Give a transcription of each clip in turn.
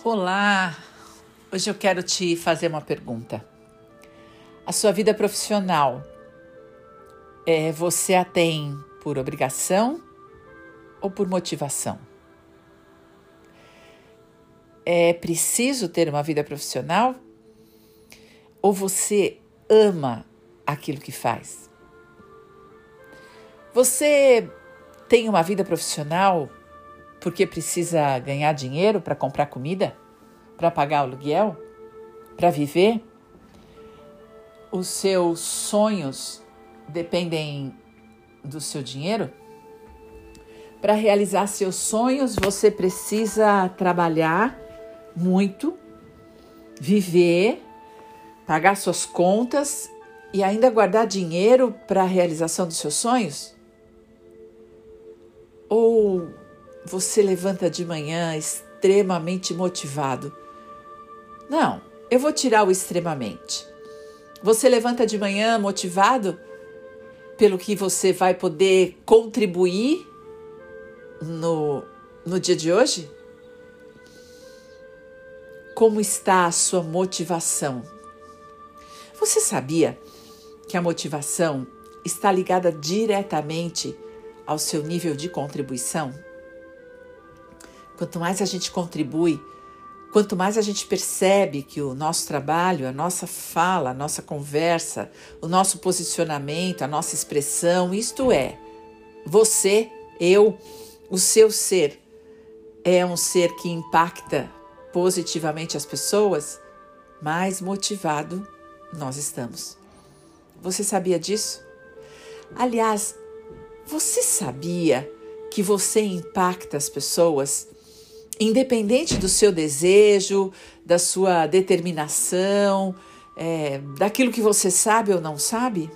Olá, hoje eu quero te fazer uma pergunta. A sua vida profissional, você a tem por obrigação ou por motivação? É preciso ter uma vida profissional ou você ama aquilo que faz? Você tem uma vida profissional porque precisa ganhar dinheiro para comprar comida, para pagar aluguel, para viver? Os seus sonhos dependem do seu dinheiro? Para realizar seus sonhos, você precisa trabalhar muito, viver, pagar suas contas e ainda guardar dinheiro para a realização dos seus sonhos? Ou você levanta de manhã extremamente motivado? Não, eu vou tirar o extremamente. Você levanta de manhã motivado pelo que você vai poder contribuir no dia de hoje? Como está a sua motivação? Você sabia que a motivação está ligada diretamente ao seu nível de contribuição? Quanto mais a gente contribui, quanto mais a gente percebe que o nosso trabalho, a nossa fala, a nossa conversa, o nosso posicionamento, a nossa expressão, isto é, você, eu, o seu ser, é um ser que impacta positivamente as pessoas, mais motivado nós estamos. Você sabia disso? Aliás, você sabia que você impacta as pessoas independente do seu desejo, da sua determinação, daquilo que você sabe ou não sabe?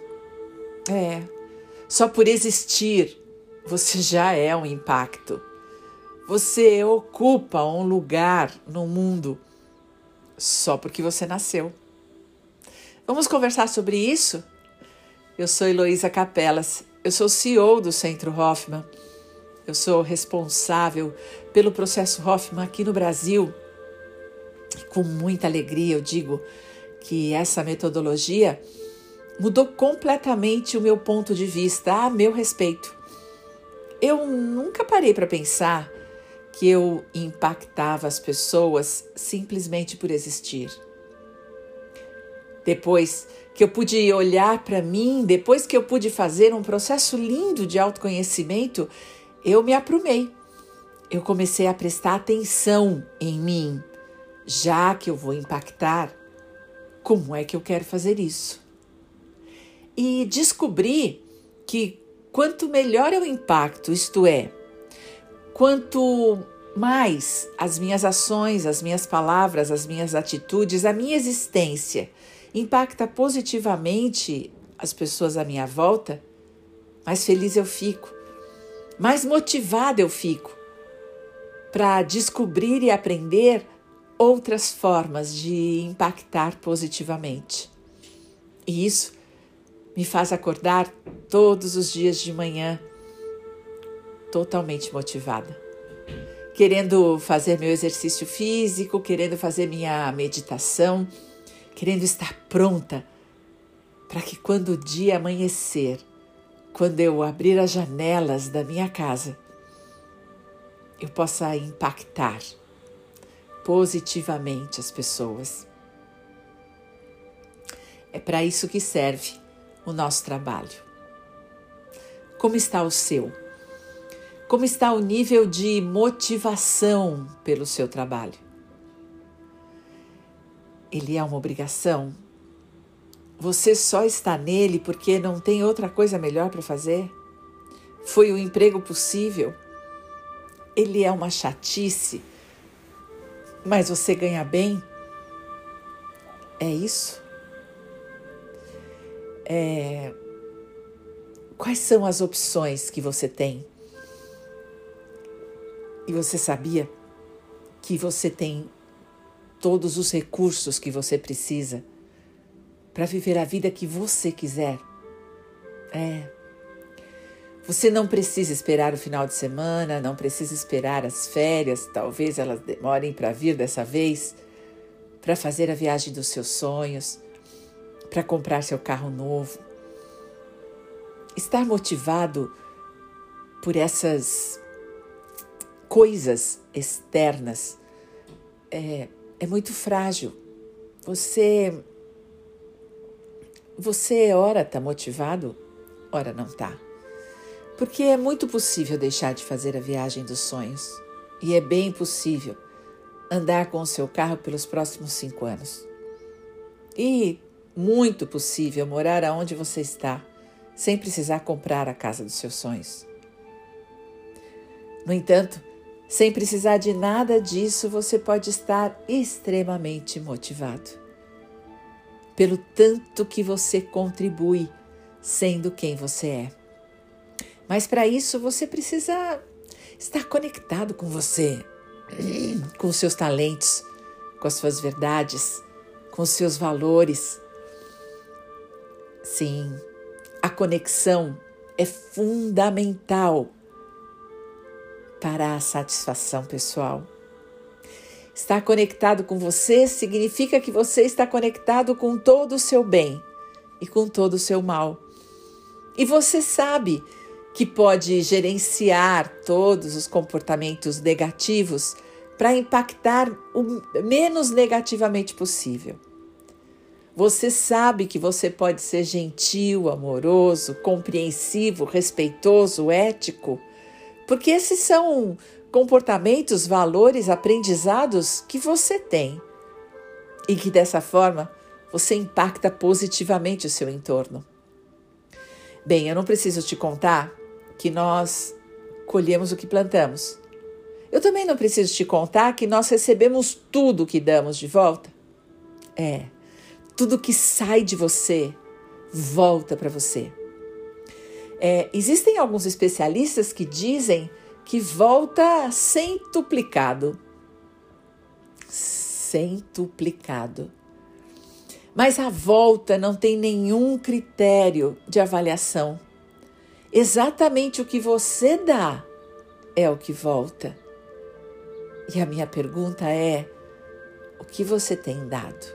Só por existir, você já é um impacto. Você ocupa um lugar no mundo só porque você nasceu. Vamos conversar sobre isso? Eu sou Heloísa Capelas, eu sou CEO do Centro Hoffman. Eu sou responsável pelo processo Hoffman aqui no Brasil. Com muita alegria eu digo que essa metodologia mudou completamente o meu ponto de vista a meu respeito. Eu nunca parei para pensar que eu impactava as pessoas simplesmente por existir. Depois que eu pude olhar para mim, depois que eu pude fazer um processo lindo de autoconhecimento, eu me aprumei. Eu comecei a prestar atenção em mim. Já que eu vou impactar, como é que eu quero fazer isso? E descobri que quanto melhor eu impacto, isto é, quanto mais as minhas ações, as minhas palavras, as minhas atitudes, a minha existência impacta positivamente as pessoas à minha volta, mais feliz eu fico, mais motivada eu fico para descobrir e aprender outras formas de impactar positivamente. E isso me faz acordar todos os dias de manhã totalmente motivada, querendo fazer meu exercício físico, querendo fazer minha meditação, querendo estar pronta para que quando o dia amanhecer, quando eu abrir as janelas da minha casa, eu possa impactar positivamente as pessoas. É para isso que serve o nosso trabalho. Como está o seu? Como está o nível de motivação pelo seu trabalho? Ele é uma obrigação? Você só está nele porque não tem outra coisa melhor para fazer? Foi o emprego possível? Ele é uma chatice, mas você ganha bem? É isso? Quais são as opções que você tem? E você sabia que você tem todos os recursos que você precisa para viver a vida que você quiser? Você não precisa esperar o final de semana, não precisa esperar as férias, talvez elas demorem para vir dessa vez, para fazer a viagem dos seus sonhos, para comprar seu carro novo. Estar motivado por essas coisas externas é muito frágil. Você ora está motivado, ora não está. Porque é muito possível deixar de fazer a viagem dos sonhos. E é bem possível andar com o seu carro pelos próximos 5 anos. E muito possível morar aonde você está, sem precisar comprar a casa dos seus sonhos. No entanto, sem precisar de nada disso, você pode estar extremamente motivado. Pelo tanto que você contribui, sendo quem você é. Mas para isso você precisa estar conectado com você, com os seus talentos, com as suas verdades, com os seus valores. Sim, a conexão é fundamental para a satisfação pessoal. Estar conectado com você significa que você está conectado com todo o seu bem e com todo o seu mal. E você sabe que pode gerenciar todos os comportamentos negativos para impactar o menos negativamente possível. Você sabe que você pode ser gentil, amoroso, compreensivo, respeitoso, ético, porque esses são comportamentos, valores, aprendizados que você tem e que dessa forma você impacta positivamente o seu entorno. Bem, eu não preciso te contar que nós colhemos o que plantamos. Eu também não preciso te contar que nós recebemos tudo o que damos de volta. Tudo que sai de você volta para você. Existem alguns especialistas que dizem que volta centuplicado. Centuplicado. Mas a volta não tem nenhum critério de avaliação. Exatamente o que você dá é o que volta. E a minha pergunta é: o que você tem dado?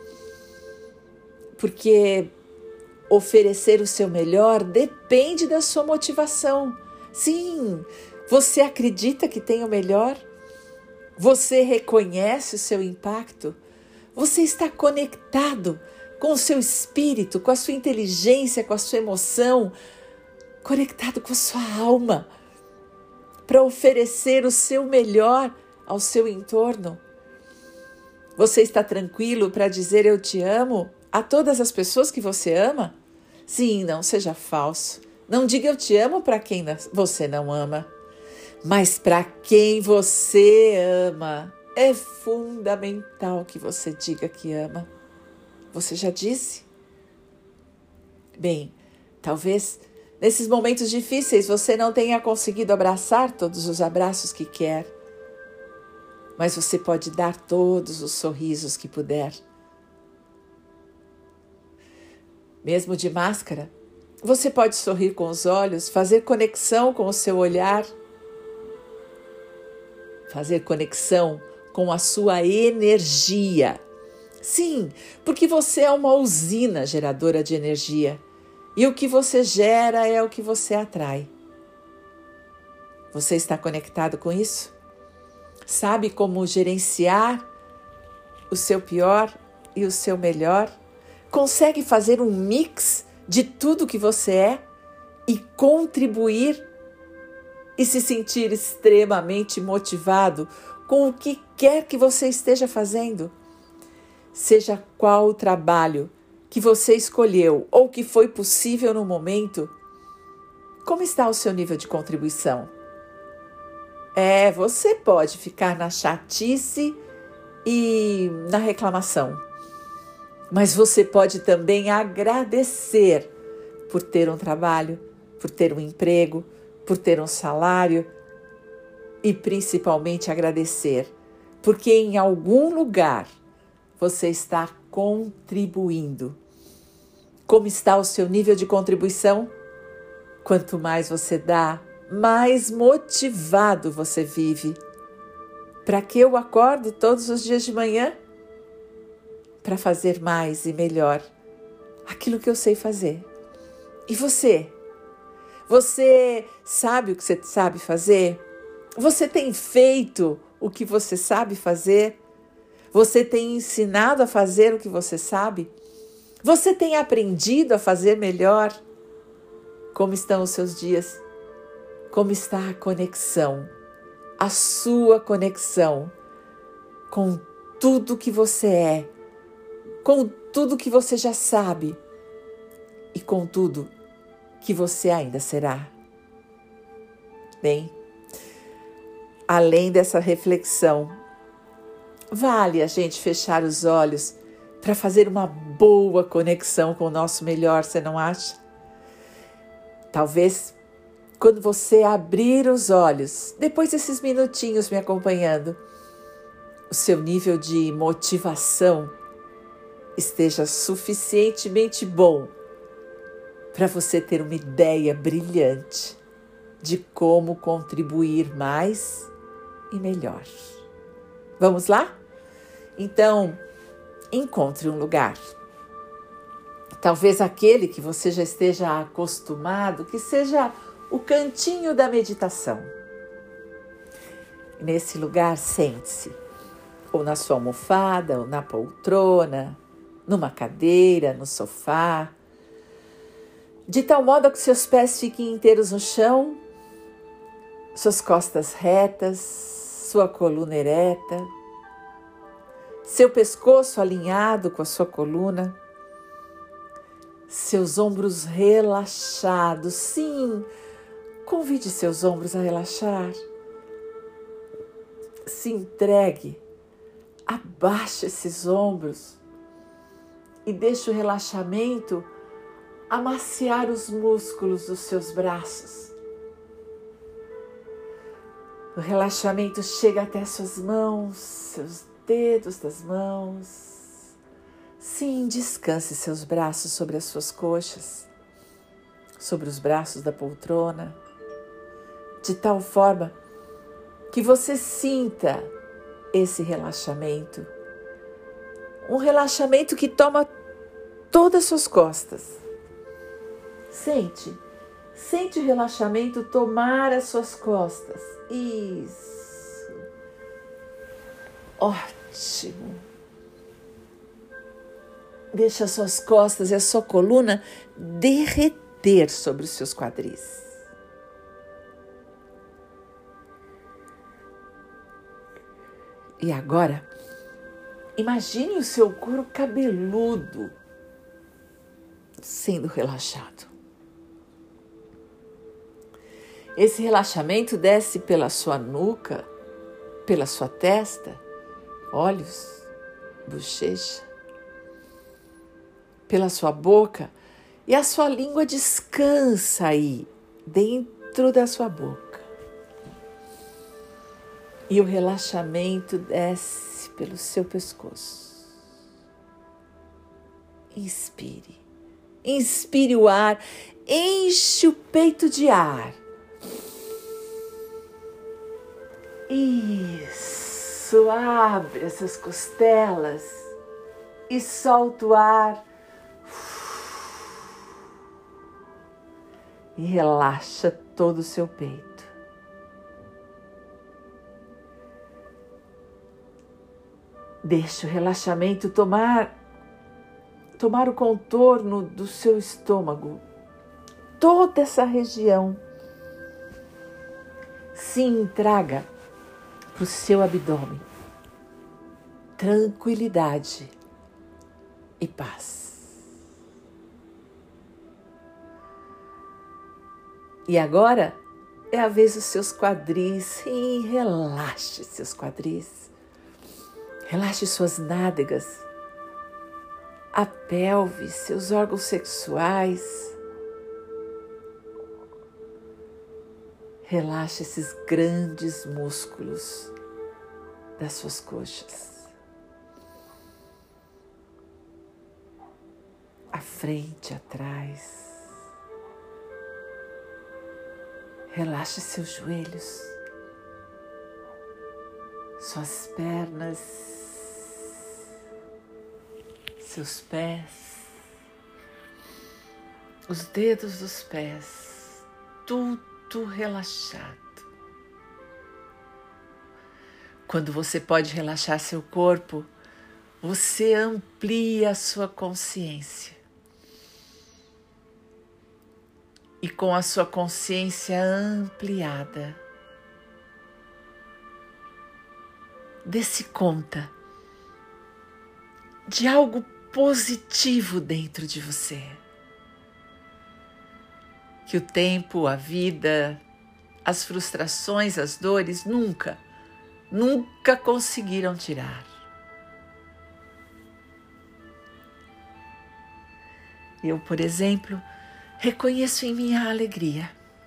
Porque oferecer o seu melhor depende da sua motivação. Sim, você acredita que tem o melhor? Você reconhece o seu impacto? Você está conectado com o seu espírito, com a sua inteligência, com a sua emoção, conectado com a sua alma, para oferecer o seu melhor ao seu entorno? Você está tranquilo para dizer eu te amo a todas as pessoas que você ama? Sim, não seja falso. Não diga eu te amo para quem você não ama, mas para quem você ama. É fundamental que você diga que ama. Você já disse? Bem, talvez nesses momentos difíceis você não tenha conseguido abraçar todos os abraços que quer, mas você pode dar todos os sorrisos que puder. Mesmo de máscara, você pode sorrir com os olhos, fazer conexão com o seu olhar, fazer conexão com a sua energia. Sim, porque você é uma usina geradora de energia. E o que você gera é o que você atrai. Você está conectado com isso? Sabe como gerenciar o seu pior e o seu melhor? Consegue fazer um mix de tudo que você é e contribuir e se sentir extremamente motivado com o que quer que você esteja fazendo? Seja qual o trabalho que você escolheu ou que foi possível no momento, como está o seu nível de contribuição? Você pode ficar na chatice e na reclamação, mas você pode também agradecer por ter um trabalho, por ter um emprego, por ter um salário e principalmente agradecer, porque em algum lugar você está contribuindo. Como está o seu nível de contribuição? Quanto mais você dá, mais motivado você vive. Para que eu acordo todos os dias de manhã? Para fazer mais e melhor aquilo que eu sei fazer. E você? Você sabe o que você sabe fazer? Você tem feito o que você sabe fazer? Você tem ensinado a fazer o que você sabe? Você tem aprendido a fazer melhor? Como estão os seus dias? Como está a conexão? A sua conexão com tudo que você é, com tudo que você já sabe e com tudo que você ainda será. Bem, além dessa reflexão, vale a gente fechar os olhos para fazer uma boa conexão com o nosso melhor, você não acha? Talvez quando você abrir os olhos, depois desses minutinhos me acompanhando, o seu nível de motivação esteja suficientemente bom para você ter uma ideia brilhante de como contribuir mais e melhor. Vamos lá? Então, encontre um lugar. Talvez aquele que você já esteja acostumado, que seja o cantinho da meditação. Nesse lugar, sente-se, ou na sua almofada, ou na poltrona, numa cadeira, no sofá, de tal modo que seus pés fiquem inteiros no chão, suas costas retas, sua coluna ereta, seu pescoço alinhado com a sua coluna, seus ombros relaxados. Sim, convide seus ombros a relaxar. Se entregue, abaixe esses ombros e deixe o relaxamento amaciar os músculos dos seus braços. O relaxamento chega até suas mãos, seus dedos das mãos. Sim, descanse seus braços sobre as suas coxas, sobre os braços da poltrona, de tal forma que você sinta esse relaxamento. Um relaxamento que toma todas as suas costas. Sente o relaxamento tomar as suas costas. Isso. Ótimo. Deixa as suas costas e a sua coluna derreter sobre os seus quadris. E agora, imagine o seu couro cabeludo sendo relaxado. Esse relaxamento desce pela sua nuca, pela sua testa, olhos, bochecha, pela sua boca, e a sua língua descansa aí, dentro da sua boca. E o relaxamento desce pelo seu pescoço. Inspire. Inspire o ar, enche o peito de ar. Isso, abre essas costelas e solta o ar. E relaxa todo o seu peito. Deixe o relaxamento tomar o contorno do seu estômago, toda essa região. Sim, traga para o seu abdômen tranquilidade e paz. E agora é a vez dos seus quadris. Sim, relaxe seus quadris. Relaxe suas nádegas, a pelve, seus órgãos sexuais. Relaxe esses grandes músculos das suas coxas. À frente, atrás. Relaxe seus joelhos, suas pernas, seus pés, os dedos dos pés, tudo relaxado. Quando você pode relaxar seu corpo, você amplia a sua consciência. E com a sua consciência ampliada, dê-se conta de algo positivo dentro de você. Que o tempo, a vida, as frustrações, as dores nunca conseguiram tirar. Eu, por exemplo, reconheço em mim a alegria.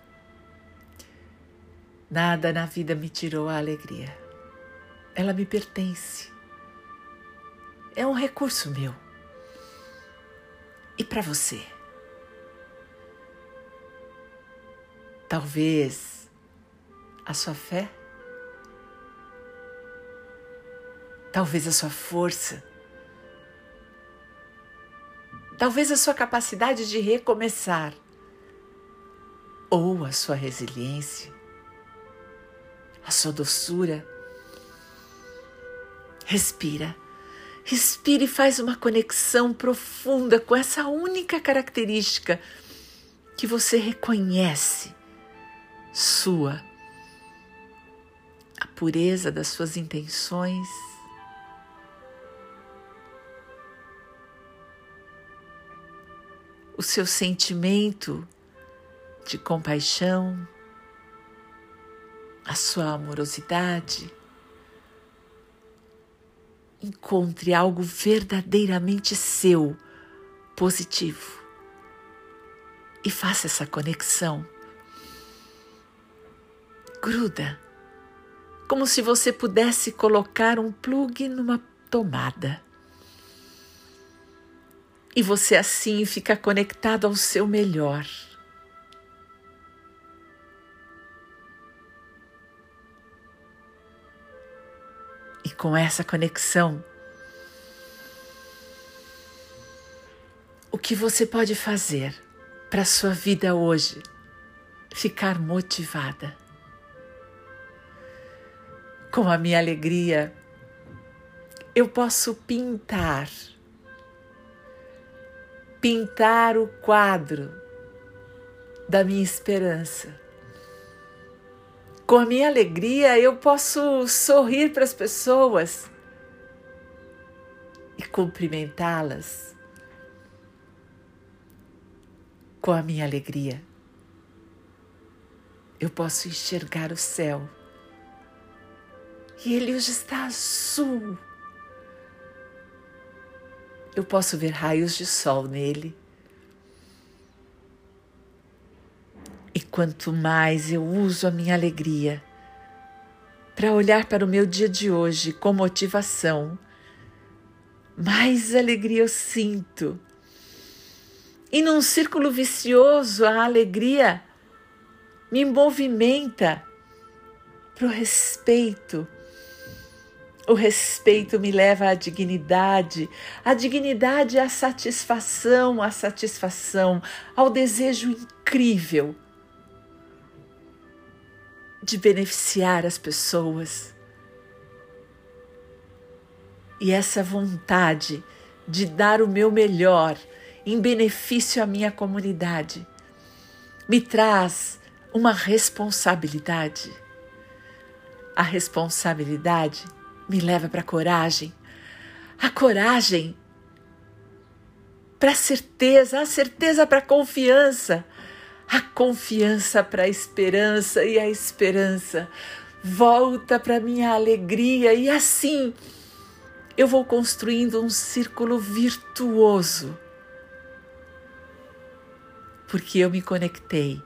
Nada na vida me tirou a alegria. Ela me pertence. É um recurso meu. E para você? Talvez a sua fé? Talvez a sua força? Talvez a sua capacidade de recomeçar, ou a sua resiliência, a sua doçura. Respira e faz uma conexão profunda com essa única característica que você reconhece sua, a pureza das suas intenções, o seu sentimento de compaixão, a sua amorosidade. Encontre algo verdadeiramente seu, positivo, e faça essa conexão. Gruda, como se você pudesse colocar um plug numa tomada. E você assim fica conectado ao seu melhor. E com essa conexão, o que você pode fazer para a sua vida hoje ficar motivada? Com a minha alegria, eu posso pintar o quadro da minha esperança. Com a minha alegria, eu posso sorrir para as pessoas e cumprimentá-las. Com a minha alegria, eu posso enxergar o céu e ele hoje está azul. Eu posso ver raios de sol nele. E quanto mais eu uso a minha alegria para olhar para o meu dia de hoje com motivação, mais alegria eu sinto. E num círculo vicioso, a alegria me movimenta para o respeito. O respeito me leva à dignidade, a dignidade à satisfação, ao desejo incrível de beneficiar as pessoas. E essa vontade de dar o meu melhor em benefício à minha comunidade me traz uma responsabilidade. A responsabilidade me leva para a coragem para a certeza para a confiança para a esperança, e a esperança volta para minha alegria, e assim eu vou construindo um círculo virtuoso, porque eu me conectei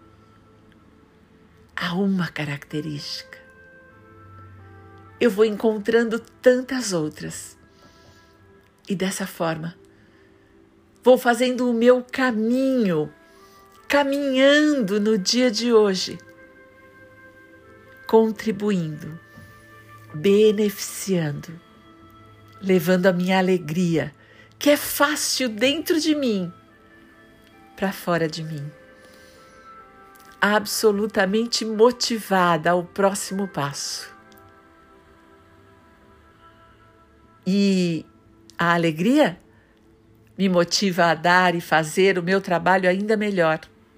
a uma característica. Eu vou encontrando tantas outras. E dessa forma, vou fazendo o meu caminho, caminhando no dia de hoje, contribuindo, beneficiando, levando a minha alegria, que é fácil dentro de mim, para fora de mim. Absolutamente motivada ao próximo passo. E a alegria me motiva a dar e fazer o meu trabalho ainda melhor.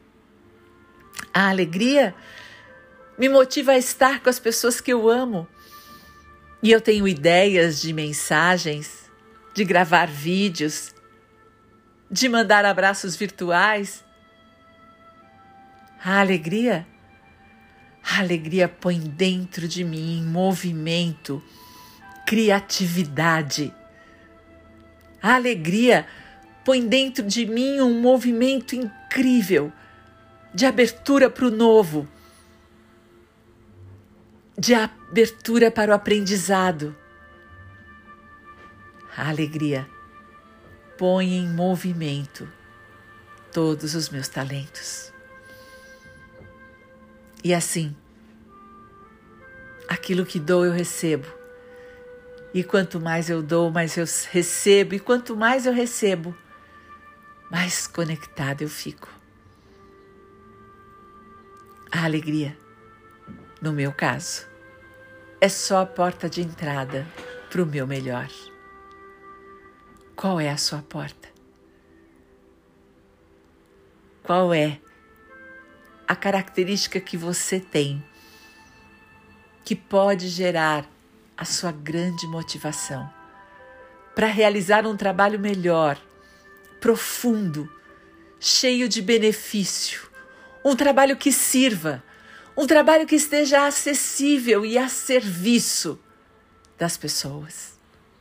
A alegria me motiva a estar com as pessoas que eu amo. E eu tenho ideias de mensagens, de gravar vídeos, de mandar abraços virtuais. A alegria põe dentro de mim movimento, criatividade. A alegria põe dentro de mim um movimento incrível de abertura para o novo, de abertura para o aprendizado. A alegria põe em movimento todos os meus talentos. E assim, aquilo que dou eu recebo. E quanto mais eu dou, mais eu recebo. E quanto mais eu recebo, mais conectada eu fico. A alegria, no meu caso, é só a porta de entrada para o meu melhor. Qual é a sua porta? Qual é a característica que você tem que pode gerar a sua grande motivação para realizar um trabalho melhor, profundo, cheio de benefício, um trabalho que sirva, um trabalho que esteja acessível e a serviço das pessoas?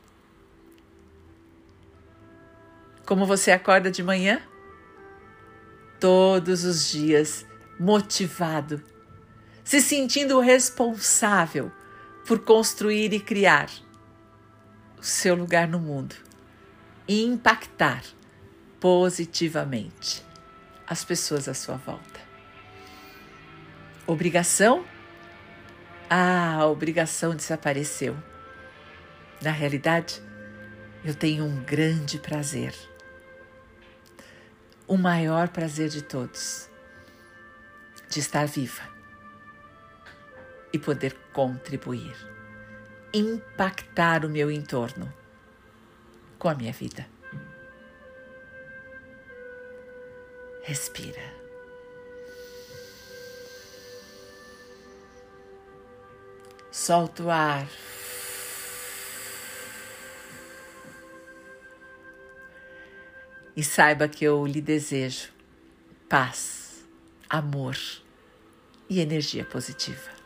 Como você acorda de manhã? Todos os dias, motivado, se sentindo responsável por construir e criar o seu lugar no mundo e impactar positivamente as pessoas à sua volta. Obrigação? A obrigação desapareceu. Na realidade, eu tenho um grande prazer, o maior prazer de todos, de estar viva e poder contribuir, impactar o meu entorno com a minha vida. Respira. Solta o ar. E saiba que eu lhe desejo paz, amor e energia positiva.